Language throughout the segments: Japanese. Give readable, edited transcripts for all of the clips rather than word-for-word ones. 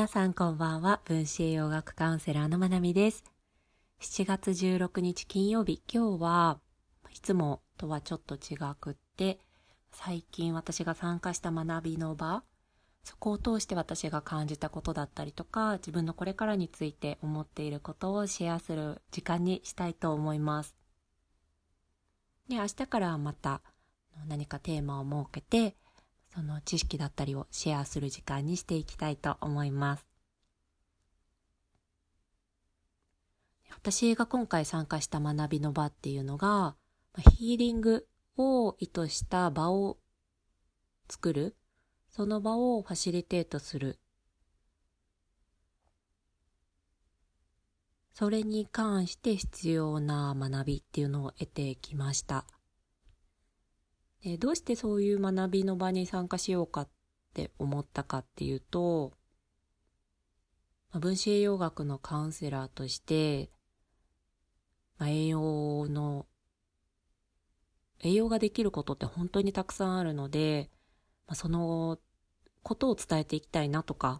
皆さんこんばんは。分子栄養学カウンセラーのまなみです。7月16日金曜日、今日はいつもとはちょっと違くって、最近私が参加した学びの場、そこを通して私が感じたことだったりとか、自分のこれからについて思っていることをシェアする時間にしたいと思います。で、明日からはまた何かテーマを設けて、その知識だったりをシェアする時間にしていきたいと思います。私が今回参加した学びの場っていうのが、ヒーリングを意図した場を作る、その場をファシリテートする、それに関して必要な学びっていうのを得てきました。どうしてそういう学びの場に参加しようかって思ったかっていうと、分子栄養学のカウンセラーとして、栄養ができることって本当にたくさんあるので、そのことを伝えていきたいなとか、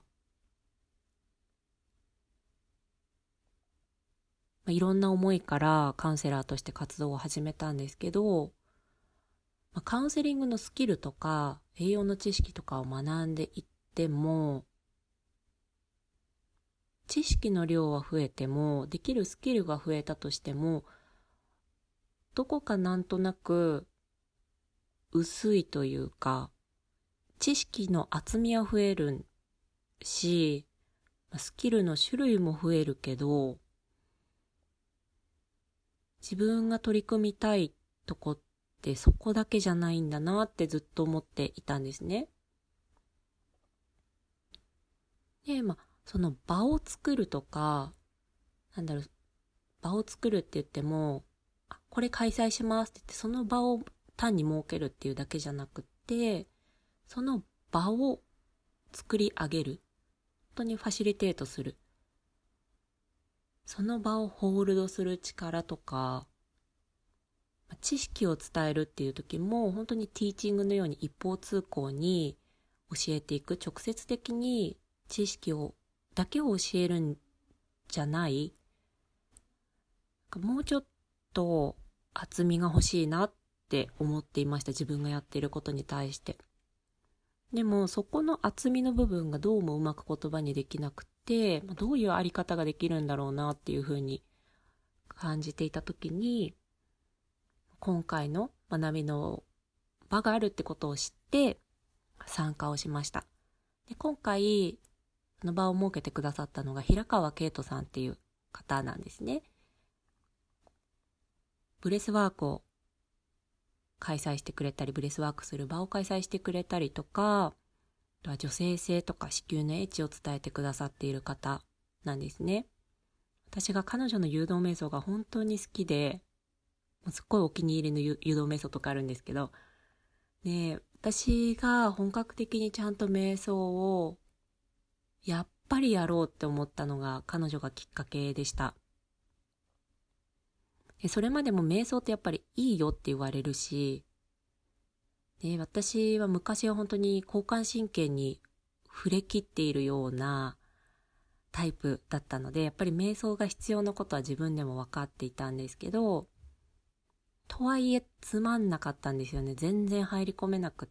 いろんな思いからカウンセラーとして活動を始めたんですけど、カウンセリングのスキルとか栄養の知識とかを学んでいっても、知識の量は増えても、できるスキルが増えたとしても、どこかなんとなく薄いというか、知識の厚みは増えるし、スキルの種類も増えるけど、自分が取り組みたいとこってそこだけじゃないんだなってずっと思っていたんですね。で、その場を作るとか、場を作るって言っても、これ開催しますって言って、その場を単に設けるっていうだけじゃなくって、その場を作り上げる。本当にファシリテートする。その場をホールドする力とか、知識を伝えるっていう時も本当にティーチングのように一方通行に教えていく、直接的に知識だけを教えるんじゃない、もうちょっと厚みが欲しいなって思っていました。自分がやっていることに対して。でもそこの厚みの部分がどうもうまく言葉にできなくて、どういうあり方ができるんだろうなっていうふうに感じていたときに、今回の学びの場があるってことを知って参加をしました。で、今回その場を設けてくださったのが平川圭人さんっていう方なんですね。ブレスワークを開催してくれたり、ブレスワークする場を開催してくれたりとか、あとは女性性とか子宮の英知を伝えてくださっている方なんですね。私が彼女の誘導瞑想が本当に好きで、すっごいお気に入りの誘導瞑想とかあるんですけど、ね、私が本格的にちゃんと瞑想をやっぱりやろうって思ったのが彼女がきっかけでした。でそれまでも瞑想ってやっぱりいいよって言われるし、で私は昔は本当に交感神経に触れきっているようなタイプだったので、やっぱり瞑想が必要なことは自分でも分かっていたんですけど、とはいえつまんなかったんですよね。全然入り込めなくって、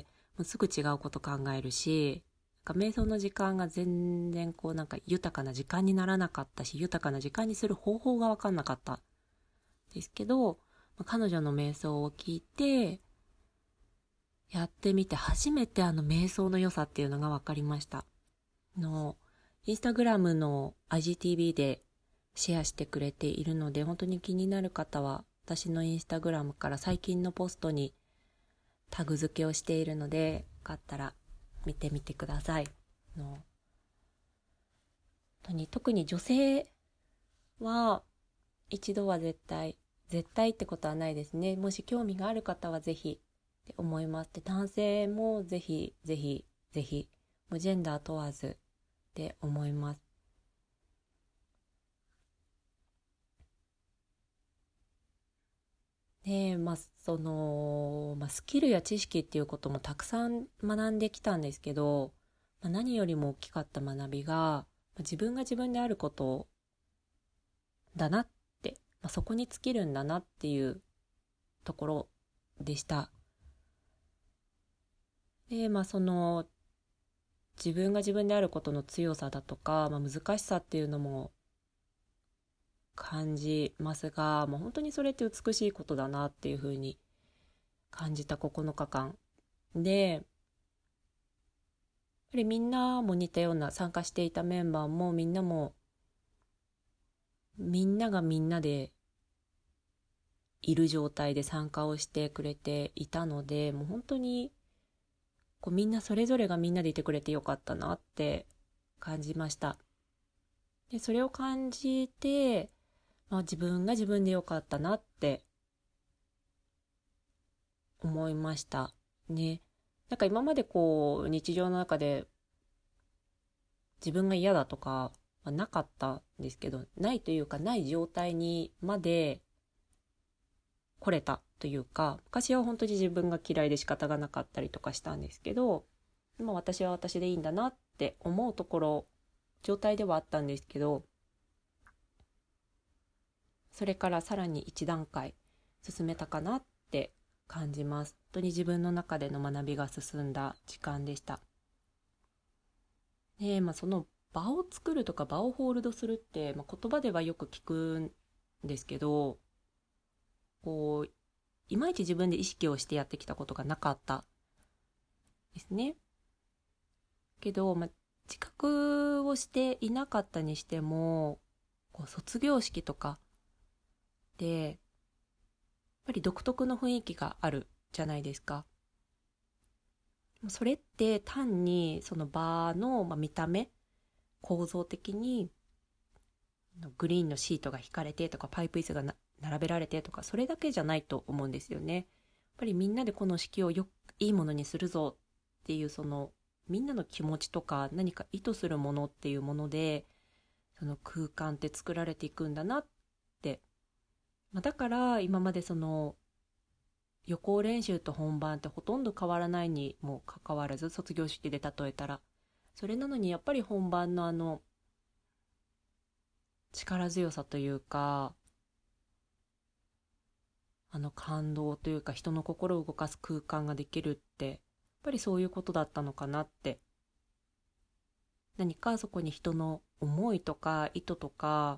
もうすぐ違うこと考えるし、瞑想の時間が全然豊かな時間にならなかったし、豊かな時間にする方法が分かんなかったですけど、彼女の瞑想を聞いてやってみて初めて瞑想の良さっていうのが分かりました。インスタグラムの IGTV でシェアしてくれているので、本当に気になる方は私のインスタグラムから最近のポストにタグ付けをしているので、よかったら見てみてください。特に女性は一度は絶対ってことはないですね。もし興味がある方はぜひって思います。で、男性もぜひぜひぜひ、もうジェンダー問わずって思います。で、スキルや知識っていうこともたくさん学んできたんですけど、 何よりも大きかった学びが、自分が自分であることだなって、そこに尽きるんだなっていうところでした。で、その自分が自分であることの強さだとか、難しさっていうのも感じますが、本当にそれって美しいことだなっていうふうに感じた9日間で、やっぱりみんなも似たような、参加していたメンバーもみんながみんなでいる状態で参加をしてくれていたので、もう本当にみんなそれぞれがみんなでいてくれてよかったなって感じました。で、それを感じて、自分が自分でよかったなって思いましたね。なんか今まで日常の中で自分が嫌だとかはなかったんですけど、ないというかない状態にまで来れたというか、昔は本当に自分が嫌いで仕方がなかったりとかしたんですけど、私は私でいいんだなって思うところ、状態ではあったんですけど、それからさらに一段階進めたかなって感じます。本当に自分の中での学びが進んだ時間でした。で、その場を作るとか場をホールドするって、言葉ではよく聞くんですけど、いまいち自分で意識をしてやってきたことがなかったですね。けど、自覚をしていなかったにしても、卒業式とかで、やっぱり独特の雰囲気があるじゃないですか。それって単にその場の見た目、構造的にグリーンのシートが引かれてとかパイプ椅子が並べられてとか、それだけじゃないと思うんですよね。やっぱりみんなでこの式をいいものにするぞっていう、そのみんなの気持ちとか何か意図するものっていうもので、その空間って作られていくんだなって、だから今までその予行練習と本番ってほとんど変わらないにもかかわらず、卒業式で例えたら、それなのにやっぱり本番の力強さというか、感動というか、人の心を動かす空間ができるって、やっぱりそういうことだったのかなって、何かそこに人の思いとか意図とか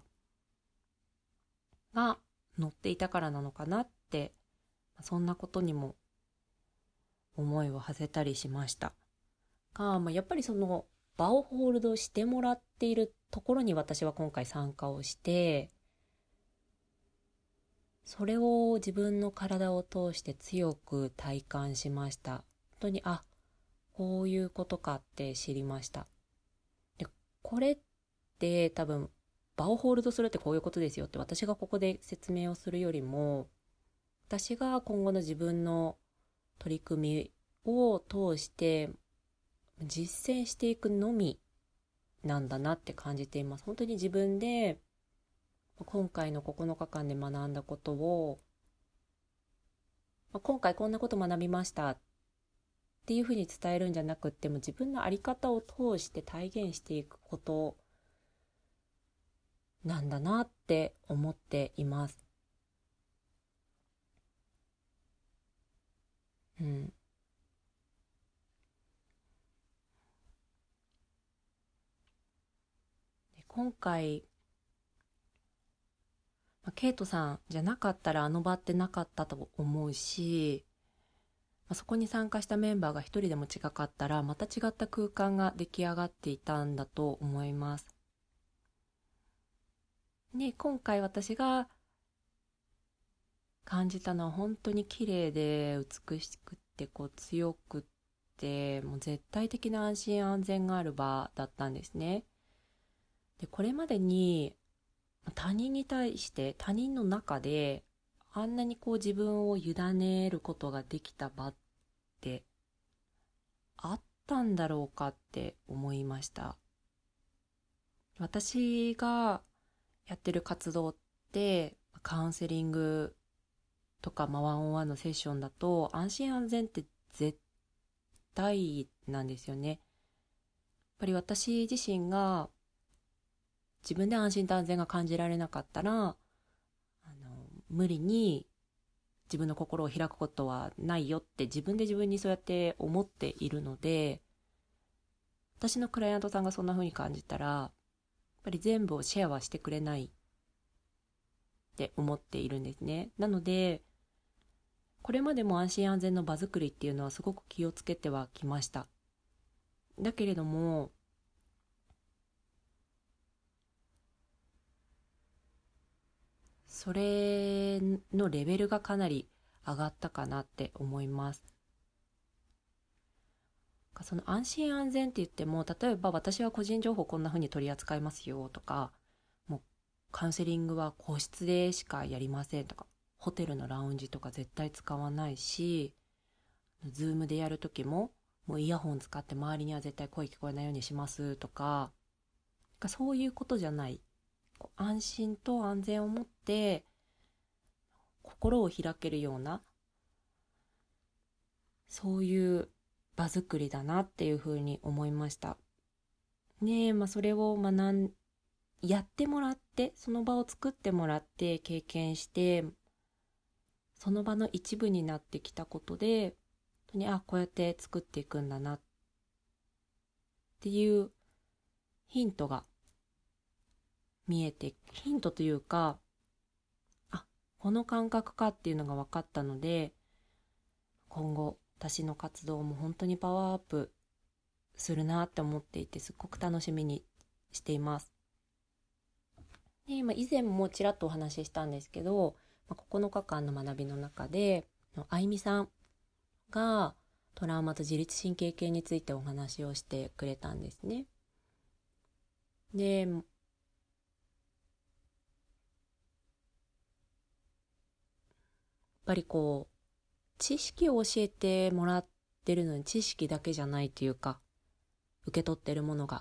が乗っていたからなのかなって、そんなことにも思いを馳せたりしましたが、やっぱりその場をホールドしてもらっているところに私は今回参加をして、それを自分の体を通して強く体感しました。本当に、こういうことかって知りました。で、これって多分、場をホールドするってこういうことですよって私がここで説明をするよりも、私が今後の自分の取り組みを通して実践していくのみなんだなって感じています。本当に自分で今回の9日間で学んだことを、今回こんなこと学びましたっていうふうに伝えるんじゃなくっても、自分の在り方を通して体現していくことなんだなって思っています。うん。で今回、ケイトさんじゃなかったらあの場ってなかったと思うし、そこに参加したメンバーが一人でも違かったらまた違った空間が出来上がっていたんだと思います。で、今回私が感じたのは本当に綺麗で美しくって強くって、もう絶対的な安心安全がある場だったんですね。で、これまでに他人に対して他人の中であんなに自分を委ねることができた場ってあったんだろうかって思いました。私がやってる活動ってカウンセリングとか、ワンオンワンのセッションだと安心安全って絶対なんですよね。 ぱり私自身が自分で安心と安全が感じられなかったら、無理に自分の心を開くことはないよって自分で自分にそうやって思っているので、私のクライアントさんがそんな風に感じたら、やっぱり全部をシェアはしてくれないって思っているんですね。なので、これまでも安心安全の場作りっていうのはすごく気をつけてはきました。だけれども、それのレベルがかなり上がったかなって思います。その安心安全って言っても、例えば私は個人情報こんな風に取り扱いますよとか、もうカウンセリングは個室でしかやりませんとか、ホテルのラウンジとか絶対使わないし、ズームでやるときももうイヤホン使って周りには絶対声聞こえないようにしますとか、そういうことじゃない。安心と安全を持って心を開けるような、そういう場作りだなっていうふうに思いました。ねえ、それをやってもらって、その場を作ってもらって経験して、その場の一部になってきたことで、本当にこうやって作っていくんだなっていうヒントが見えて、ヒントというか、この感覚かっていうのが分かったので、今後私の活動も本当にパワーアップするなって思っていて、すっごく楽しみにしています。で、以前もちらっとお話ししたんですけど、9日間の学びの中で、あいみさんがトラウマと自律神経系についてお話をしてくれたんですね。で、やっぱり知識を教えてもらってるのに知識だけじゃないというか、受け取ってるものが。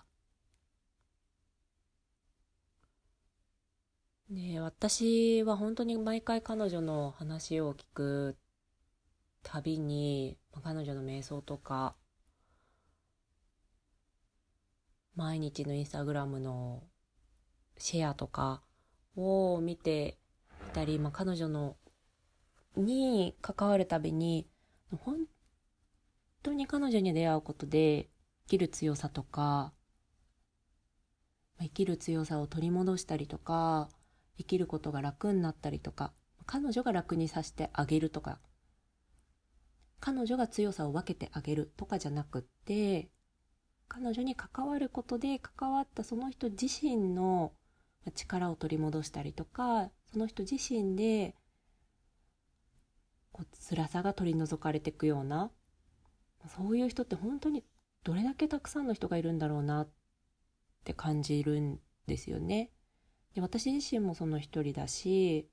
で、私は本当に毎回彼女の話を聞くたびに、彼女の瞑想とか、毎日のインスタグラムのシェアとかを見ていたり、彼女のに関わるたびに、本当に彼女に出会うことで生きる強さとか、生きる強さを取り戻したりとか、生きることが楽になったりとか、彼女が楽にさせてあげるとか、彼女が強さを分けてあげるとかじゃなくって、彼女に関わることで関わったその人自身の力を取り戻したりとか、その人自身で辛さが取り除かれていくような、そういう人って本当にどれだけたくさんの人がいるんだろうなって感じるんですよね。で、私自身もその一人だし、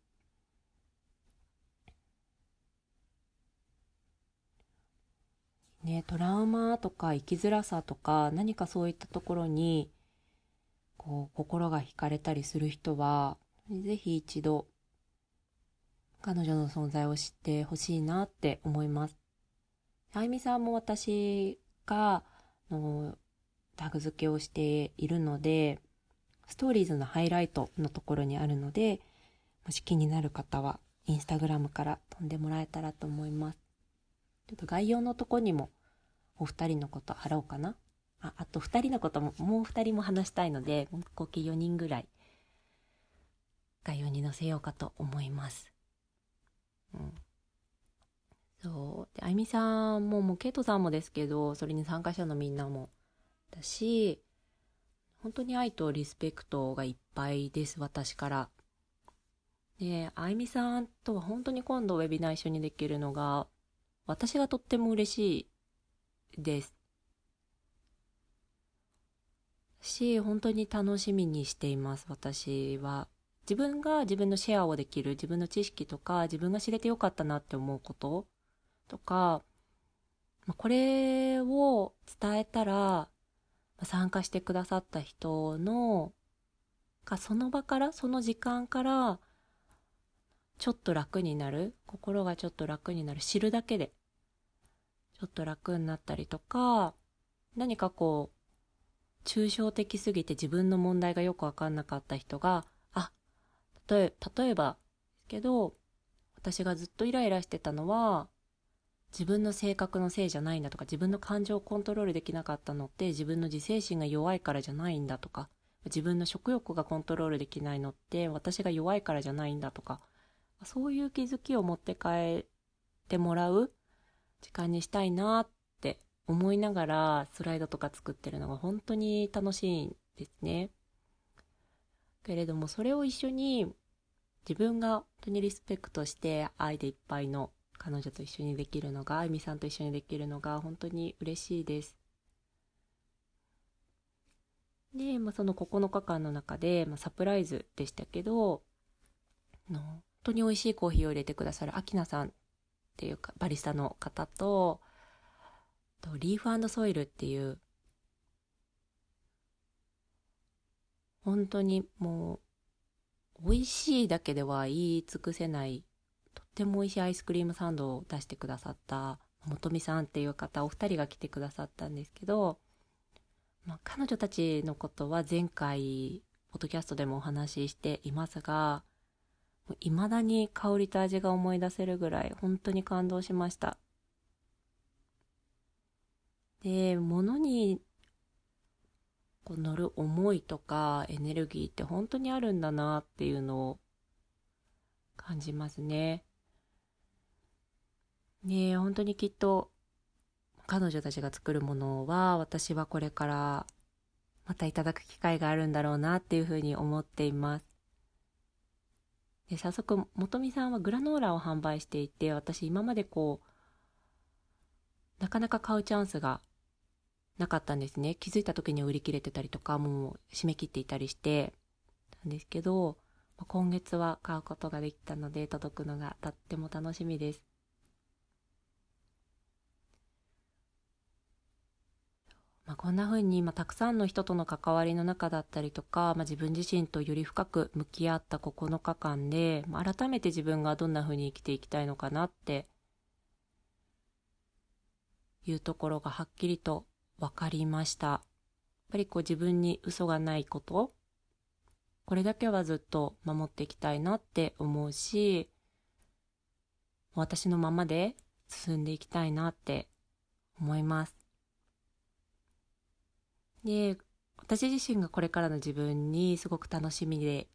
トラウマとか生きづらさとか何かそういったところに心が惹かれたりする人は、ぜひ一度彼女の存在を知ってほしいなって思います。あゆみさんも私がタグ付けをしているので、ストーリーズのハイライトのところにあるので、もし気になる方はインスタグラムから飛んでもらえたらと思います。ちょっと概要のとこにもお二人のこと貼ろうかな。あと二人のことももう二人も話したいので、合計4人ぐらい概要に載せようかと思います。そうで、あゆみさんもケイトさんもですけど、それに参加者のみんなもだし、本当に愛とリスペクトがいっぱいです、私から。で、あゆみさんとは本当に今度ウェビナー一緒にできるのが、私がとっても嬉しいです。本当に楽しみにしています、私は。自分が自分のシェアをできる、自分の知識とか、自分が知れてよかったなって思うこととか、これを伝えたら、参加してくださった人の、その場から、その時間から、ちょっと楽になる、心がちょっと楽になる、知るだけで、ちょっと楽になったりとか、何か抽象的すぎて自分の問題がよく分かんなかった人が、例えばですけど、私がずっとイライラしてたのは自分の性格のせいじゃないんだとか、自分の感情をコントロールできなかったのって自分の自制心が弱いからじゃないんだとか、自分の食欲がコントロールできないのって私が弱いからじゃないんだとか、そういう気づきを持って帰ってもらう時間にしたいなって思いながらスライドとか作ってるのが本当に楽しいんですね。けれども、それを一緒に自分が本当にリスペクトして愛でいっぱいの彼女と一緒にできるのが、あゆみさんと一緒にできるのが本当に嬉しいです。で、その9日間の中で、サプライズでしたけど、本当に美味しいコーヒーを入れてくださるアキナさんっていうかバリスタの方と、リーフ&ソイルっていう本当にもう美味しいだけでは言い尽くせないとっても美味しいアイスクリームサンドを出してくださった元美さんっていう方、お二人が来てくださったんですけど、彼女たちのことは前回ポッドキャストでもお話ししていますが、いまだに香りと味が思い出せるぐらい本当に感動しました。で、物に乗る思いとかエネルギーって本当にあるんだなっていうのを感じますね。ねえ、本当にきっと彼女たちが作るものは私はこれからまたいただく機会があるんだろうなっていうふうに思っています。で、早速元美さんはグラノーラを販売していて、私今までなかなか買うチャンスがなかったんですね。気づいた時に売り切れてたりとか、もう締め切っていたりしてたんですけど、今月は買うことができたので届くのがとっても楽しみです。こんな風にたくさんの人との関わりの中だったりとか、自分自身とより深く向き合った9日間で、改めて自分がどんな風に生きていきたいのかなっていうところがはっきりと分かりました。やっぱり自分に嘘がないこと、これだけはずっと守っていきたいなって思うし、私のままで進んでいきたいなって思います。で、私自身がこれからの自分にすごく楽しみで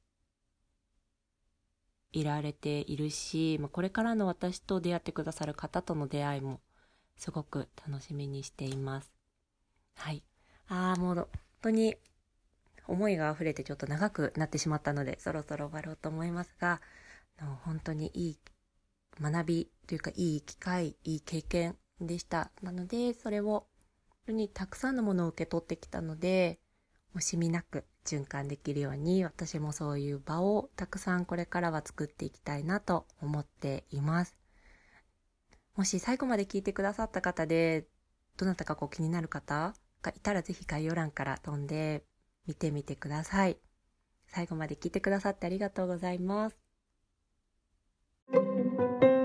いられているし、これからの私と出会ってくださる方との出会いもすごく楽しみにしています。はい。もう本当に思いが溢れてちょっと長くなってしまったので、そろそろ終わろうと思いますが、本当にいい学びというか、いい機会、いい経験でした。なので、それを本当にたくさんのものを受け取ってきたので、惜しみなく循環できるように、私もそういう場をたくさんこれからは作っていきたいなと思っています。もし最後まで聞いてくださった方で、どなたか気になる方がいたら、ぜひ概要欄から飛んで見てみてください。最後まで聞いてくださってありがとうございます。